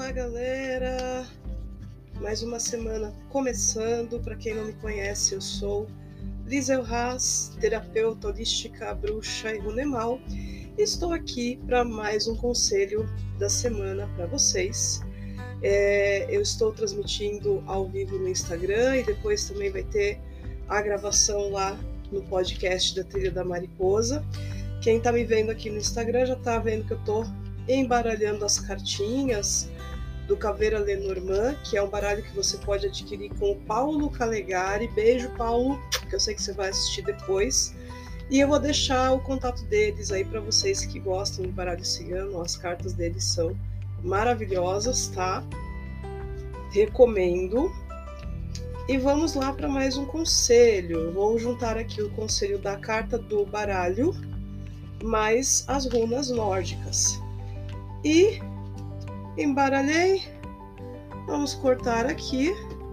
Olá, galera! Mais uma semana começando. Para quem não me conhece, eu sou Liesel Haas, terapeuta holística, bruxa e runemal. Estou aqui para mais um conselho da semana para vocês. Eu estou transmitindo ao vivo no Instagram e depois também vai ter a gravação lá no podcast da Trilha da Mariposa. Quem está me vendo aqui no Instagram já está vendo que eu estou embaralhando as cartinhas do Caveira Lenormand, que é um baralho que você pode adquirir com o Paulo Calegari. Beijo, Paulo, que eu sei que você vai assistir depois. E eu vou deixar o contato deles aí para vocês que gostam de baralho cigano. As cartas deles são maravilhosas, tá? Recomendo. E vamos lá para mais um conselho. Vou juntar aqui o conselho da carta do baralho mais as runas nórdicas. E embaralhei. Vamos cortar aqui.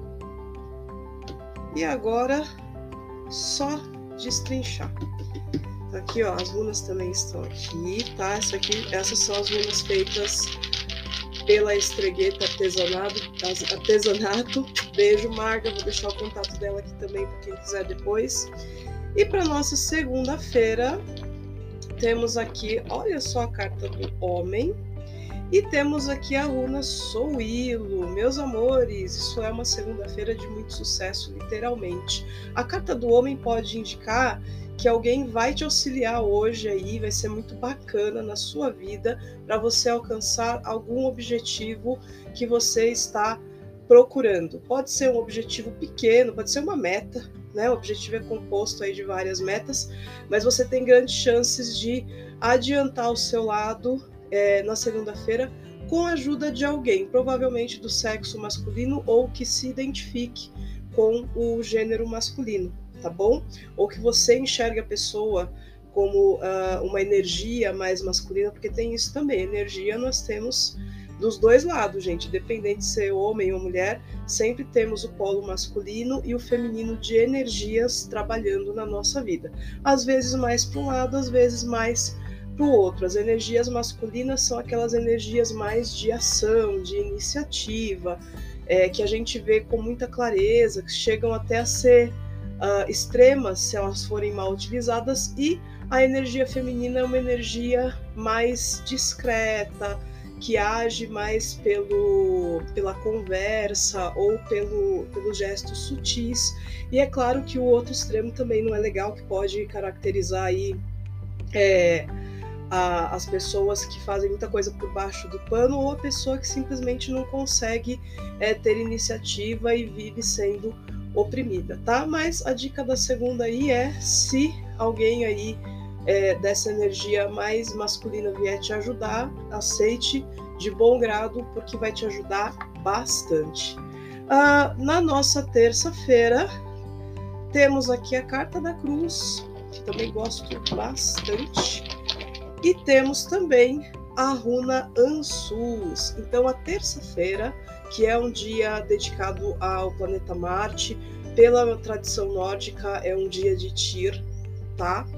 E agora só destrinchar. Aqui, ó, as runas também estão aqui, tá? Essas são as runas feitas pela Estregueta Artesanato. Beijo, Marga. Vou deixar o contato dela aqui também para quem quiser depois. E para nossa segunda-feira, temos aqui, olha só a carta do homem. E temos aqui a runa Souilo. Meus amores, isso é uma segunda-feira de muito sucesso, literalmente. A carta do homem pode indicar que alguém vai te auxiliar hoje aí, vai ser muito bacana na sua vida para você alcançar algum objetivo que você está procurando. Pode ser um objetivo pequeno, pode ser uma meta, né? O objetivo é composto aí de várias metas, mas você tem grandes chances de adiantar o seu lado na segunda-feira com a ajuda de alguém, provavelmente do sexo masculino ou que se identifique com o gênero masculino, tá bom? Ou que você enxergue a pessoa como uma energia mais masculina, porque tem isso também. Energia nós temos dos dois lados, gente, independente de ser homem ou mulher, sempre temos o polo masculino e o feminino de energias trabalhando na nossa vida. Às vezes mais para um lado, às vezes mais para o outro. As energias masculinas são aquelas energias mais de ação, de iniciativa, que a gente vê com muita clareza, que chegam até a ser extremas se elas forem mal utilizadas, e a energia feminina é uma energia mais discreta, que age mais pela conversa ou pelos gestos sutis. E é claro que o outro extremo também não é legal, que pode caracterizar aí as pessoas que fazem muita coisa por baixo do pano, ou a pessoa que simplesmente não consegue ter iniciativa e vive sendo oprimida, tá? Mas a dica da segunda aí é, se alguém aí dessa energia mais masculina vier te ajudar, aceite de bom grado, porque vai te ajudar bastante. Na nossa terça-feira, temos aqui a carta da cruz, que também gosto bastante. E temos também a runa Ansus. Então, a terça-feira, que é um dia dedicado ao planeta Marte, pela tradição nórdica, é um dia de Tyr, tá?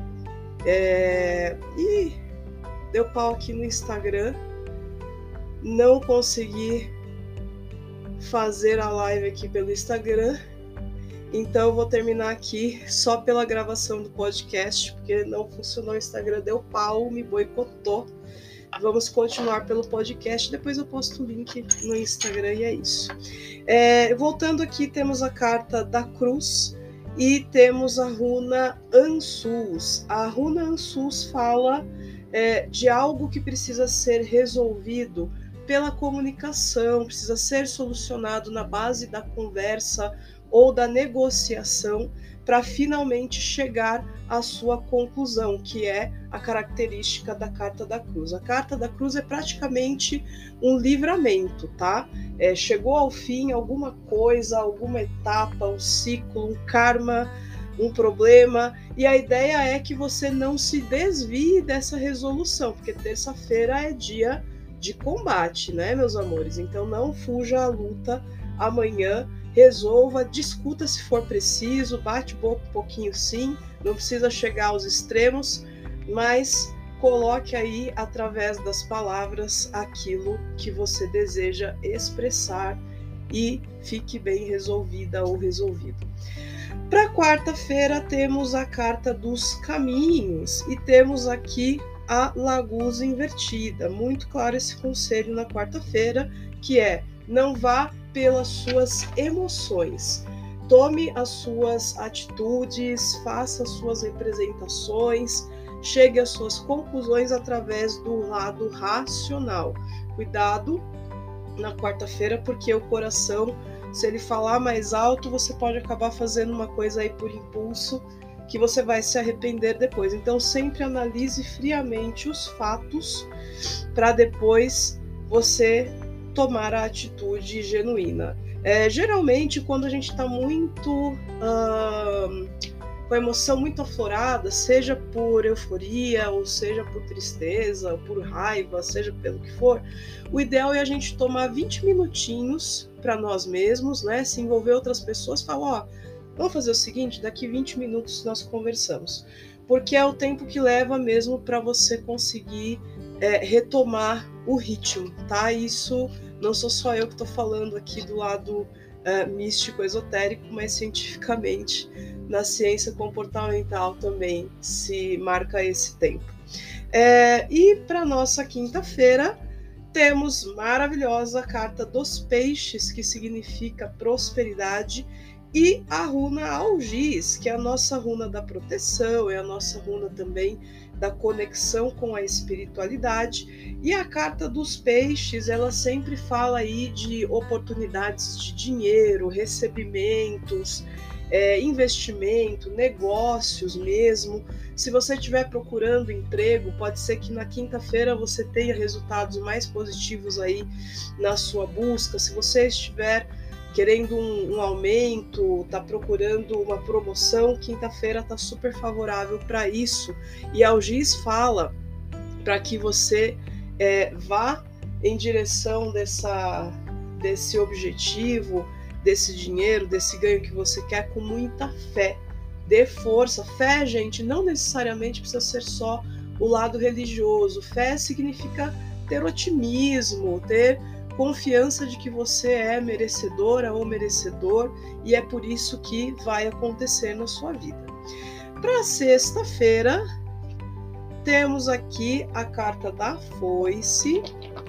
E deu pau aqui no Instagram, não consegui fazer a live aqui pelo Instagram, então eu vou terminar aqui só pela gravação do podcast, porque não funcionou o Instagram, deu pau, me boicotou. Vamos continuar pelo podcast, depois eu posto o link no Instagram e é isso. Voltando aqui, temos a carta da cruz e temos a runa Ansus. A runa Ansus fala de algo que precisa ser resolvido pela comunicação, precisa ser solucionado na base da conversa ou da negociação, para finalmente chegar à sua conclusão, que é a característica da carta da cruz. A carta da cruz é praticamente um livramento, tá? Chegou ao fim alguma coisa, alguma etapa, um ciclo, um karma, um problema, e a ideia é que você não se desvie dessa resolução, porque terça-feira é dia de combate, né, meus amores? Então não fuja à luta amanhã, resolva, discuta se for preciso, bate boca um pouquinho sim, não precisa chegar aos extremos, mas coloque aí através das palavras aquilo que você deseja expressar e fique bem resolvida ou resolvido. Para quarta-feira temos a carta dos caminhos e temos aqui a Lagusa invertida. Muito claro esse conselho na quarta-feira, que é: não vá pelas suas emoções. Tome as suas atitudes, faça as suas representações, chegue às suas conclusões através do lado racional. Cuidado na quarta-feira, porque o coração, se ele falar mais alto, você pode acabar fazendo uma coisa aí por impulso que você vai se arrepender depois. Então sempre analise friamente os fatos para depois você tomar a atitude genuína. Geralmente, quando a gente está muito com a emoção muito aflorada, seja por euforia, ou seja por tristeza, ou por raiva, seja pelo que for, o ideal é a gente tomar 20 minutinhos para nós mesmos, né? Se envolver outras pessoas, falar: vamos fazer o seguinte, daqui 20 minutos nós conversamos. Porque é o tempo que leva mesmo para você conseguir retomar o ritmo, tá? Isso não sou só eu que estou falando aqui do lado místico, esotérico, mas cientificamente na ciência comportamental também se marca esse tempo. E para nossa quinta-feira temos maravilhosa carta dos peixes, que significa prosperidade, e a runa Algiz, que é a nossa runa da proteção, é a nossa runa também da conexão com a espiritualidade. E a carta dos peixes, ela sempre fala aí de oportunidades de dinheiro, recebimentos, investimento, negócios mesmo. Se você estiver procurando emprego, pode ser que na quinta-feira você tenha resultados mais positivos aí na sua busca. Se você estiver querendo um aumento, está procurando uma promoção, quinta-feira está super favorável para isso. E a Algiz fala para que você vá em direção desse objetivo, desse dinheiro, desse ganho que você quer, com muita fé. Dê força. Fé, gente, não necessariamente precisa ser só o lado religioso. Fé significa ter otimismo, ter confiança de que você é merecedora ou merecedor, e é por isso que vai acontecer na sua vida. Para sexta-feira, temos aqui a carta da foice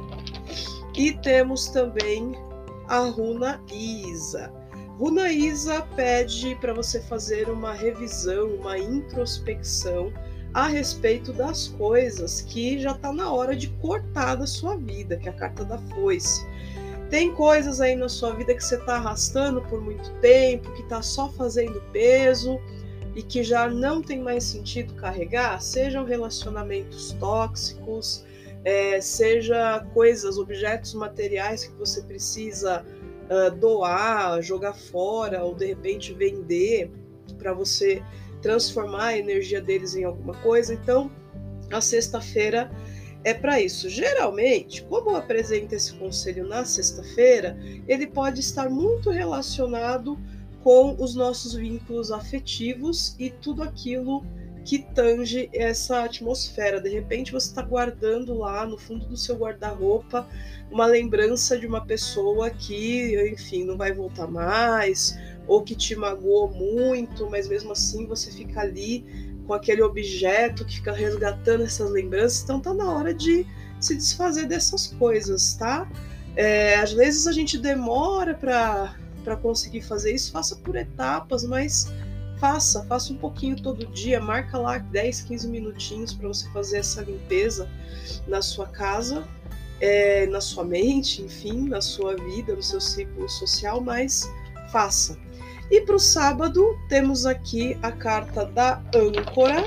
e temos também a runa Isa. Runa Isa pede para você fazer uma revisão, uma introspecção a respeito das coisas que já está na hora de cortar da sua vida, que é a carta da foice. Tem coisas aí na sua vida que você está arrastando por muito tempo, que está só fazendo peso e que já não tem mais sentido carregar, sejam relacionamentos tóxicos, seja coisas, objetos materiais que você precisa doar, jogar fora ou de repente vender para você transformar a energia deles em alguma coisa. Então, a sexta-feira é para isso. Geralmente, como eu apresento esse conselho na sexta-feira, ele pode estar muito relacionado com os nossos vínculos afetivos e tudo aquilo que tange essa atmosfera. De repente, você está guardando lá no fundo do seu guarda-roupa uma lembrança de uma pessoa que, enfim, não vai voltar mais, ou que te magoou muito, mas mesmo assim você fica ali com aquele objeto que fica resgatando essas lembranças. Então tá na hora de se desfazer dessas coisas, tá? Às vezes a gente demora para conseguir fazer isso, faça por etapas, mas faça um pouquinho todo dia, marca lá 10, 15 minutinhos para você fazer essa limpeza na sua casa, na sua mente, enfim, na sua vida, no seu ciclo social, mas faça. E para o sábado, temos aqui a carta da âncora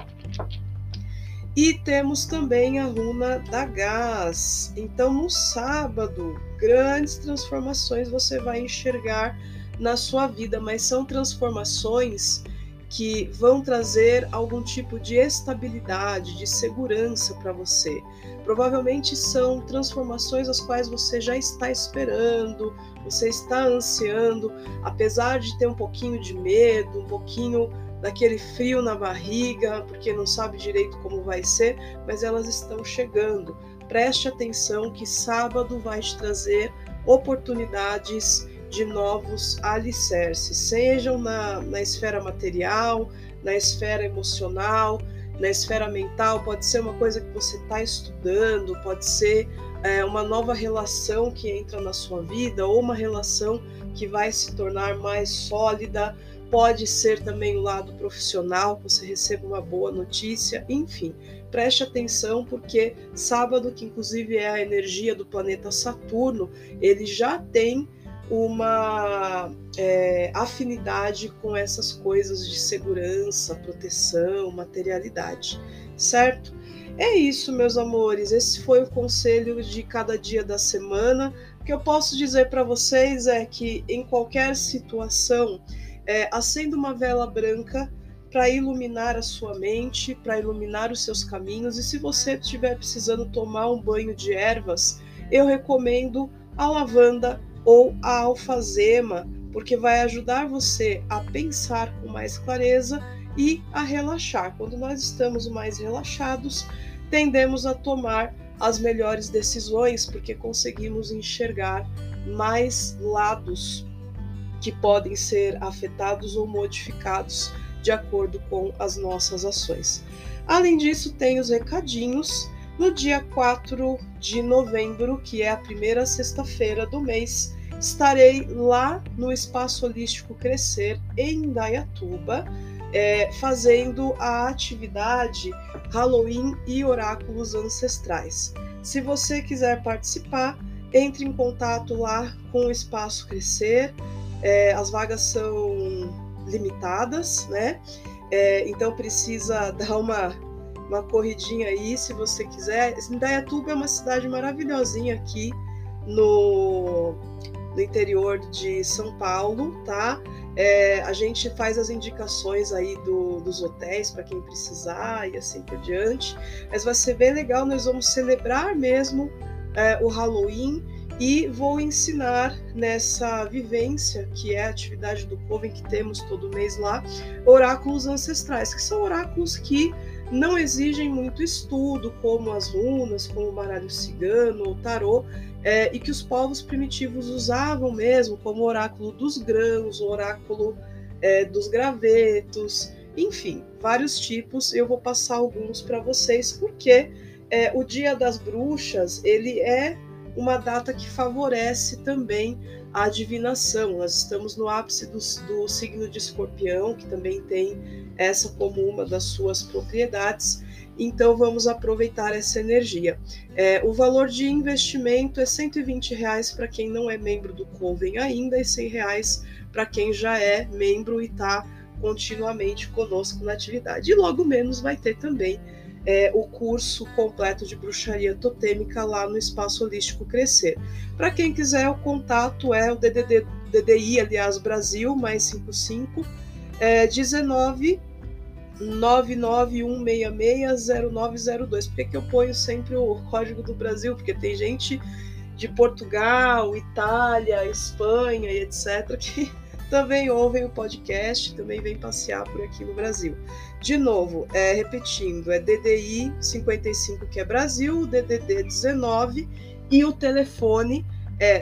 e temos também a runa da gás. Então, no sábado, grandes transformações você vai enxergar na sua vida, mas são transformações que vão trazer algum tipo de estabilidade, de segurança para você. Provavelmente são transformações as quais você já está esperando, você está ansiando, apesar de ter um pouquinho de medo, um pouquinho daquele frio na barriga, porque não sabe direito como vai ser, mas elas estão chegando. Preste atenção que sábado vai te trazer oportunidades de novos alicerces, sejam na esfera material, na esfera emocional, na esfera mental. Pode ser uma coisa que você está estudando, pode ser uma nova relação que entra na sua vida, ou uma relação que vai se tornar mais sólida. Pode ser também o lado profissional, que você receba uma boa notícia, enfim. Preste atenção, porque sábado, que inclusive é a energia do planeta Saturno, ele já tem uma afinidade com essas coisas de segurança, proteção, materialidade, certo? É isso, meus amores, esse foi o conselho de cada dia da semana. O que eu posso dizer para vocês é que em qualquer situação, acenda uma vela branca para iluminar a sua mente, para iluminar os seus caminhos, e se você estiver precisando tomar um banho de ervas, eu recomendo a lavanda ou a alfazema, porque vai ajudar você a pensar com mais clareza e a relaxar. Quando nós estamos mais relaxados, tendemos a tomar as melhores decisões, porque conseguimos enxergar mais lados que podem ser afetados ou modificados de acordo com as nossas ações. Além disso, tem os recadinhos. No dia 4 de novembro, que é a primeira sexta-feira do mês, estarei lá no Espaço Holístico Crescer, em Indaiatuba, fazendo a atividade Halloween e Oráculos Ancestrais. Se você quiser participar, entre em contato lá com o Espaço Crescer. As vagas são limitadas, né? Então precisa dar uma corridinha aí, se você quiser. Indaiatuba é uma cidade maravilhosinha aqui no interior de São Paulo, tá? A gente faz as indicações aí dos hotéis para quem precisar e assim por diante. Mas vai ser bem legal, nós vamos celebrar mesmo o Halloween, e vou ensinar nessa vivência, que é a atividade do Coven que temos todo mês lá, oráculos ancestrais, que são oráculos que não exigem muito estudo, como as runas, como o baralho cigano, o tarô, e que os povos primitivos usavam mesmo, como o oráculo dos grãos, o oráculo dos gravetos, enfim, vários tipos. Eu vou passar alguns para vocês, porque o Dia das Bruxas, ele é uma data que favorece também a adivinação. Nós estamos no ápice do signo de Escorpião, que também tem essa como uma das suas propriedades, então vamos aproveitar essa energia. O valor de investimento é R$120 para quem não é membro do Coven ainda, e R$100 para quem já é membro e está continuamente conosco na atividade. E logo menos vai ter também o curso completo de bruxaria totêmica lá no Espaço Holístico Crescer. Para quem quiser, o contato é o DDI, aliás, Brasil, mais 55 19 991660902. Por que eu ponho sempre o código do Brasil? Porque tem gente de Portugal, Itália, Espanha e etc. que também ouvem o podcast, também vem passear por aqui no Brasil. De novo, repetindo, é DDI 55, que é Brasil, DDD 19, e o telefone é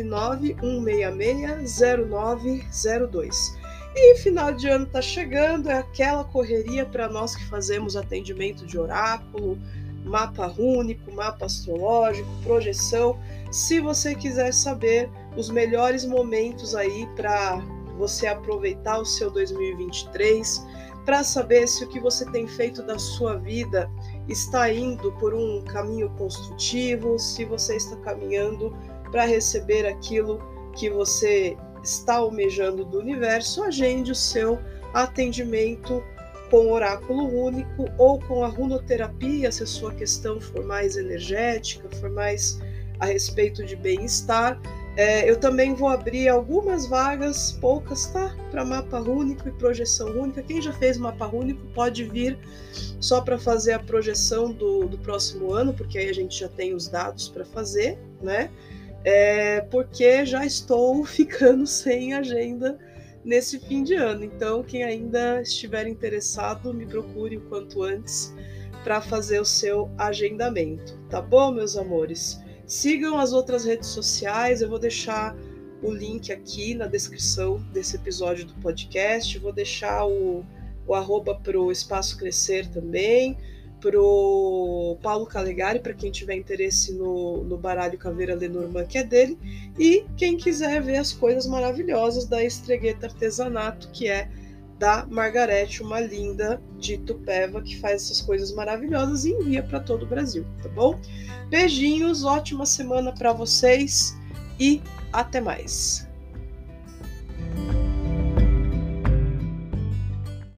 991660902. E final de ano está chegando, é aquela correria para nós que fazemos atendimento de oráculo, mapa rúnico, mapa astrológico, projeção. Se você quiser saber os melhores momentos aí para você aproveitar o seu 2023, para saber se o que você tem feito da sua vida está indo por um caminho construtivo, se você está caminhando para receber aquilo que você está almejando do universo, agende o seu atendimento com oráculo único ou com a runoterapia, se a sua questão for mais energética, for mais a respeito de bem-estar. Eu também vou abrir algumas vagas, poucas, tá? Para mapa rúnico e projeção única. Quem já fez mapa rúnico pode vir só para fazer a projeção do próximo ano, porque aí a gente já tem os dados para fazer, né? Porque já estou ficando sem agenda nesse fim de ano. Então, quem ainda estiver interessado, me procure o quanto antes para fazer o seu agendamento, tá bom, meus amores? Sigam as outras redes sociais, eu vou deixar o link aqui na descrição desse episódio do podcast, vou deixar o arroba pro Espaço Crescer também, pro Paulo Calegari, para quem tiver interesse no baralho Caveira Lenormand, que é dele, e quem quiser ver as coisas maravilhosas da Estregueta Artesanato, que é da Margarete, uma linda de Itupeva, que faz essas coisas maravilhosas e envia para todo o Brasil, tá bom? Beijinhos, ótima semana para vocês e até mais!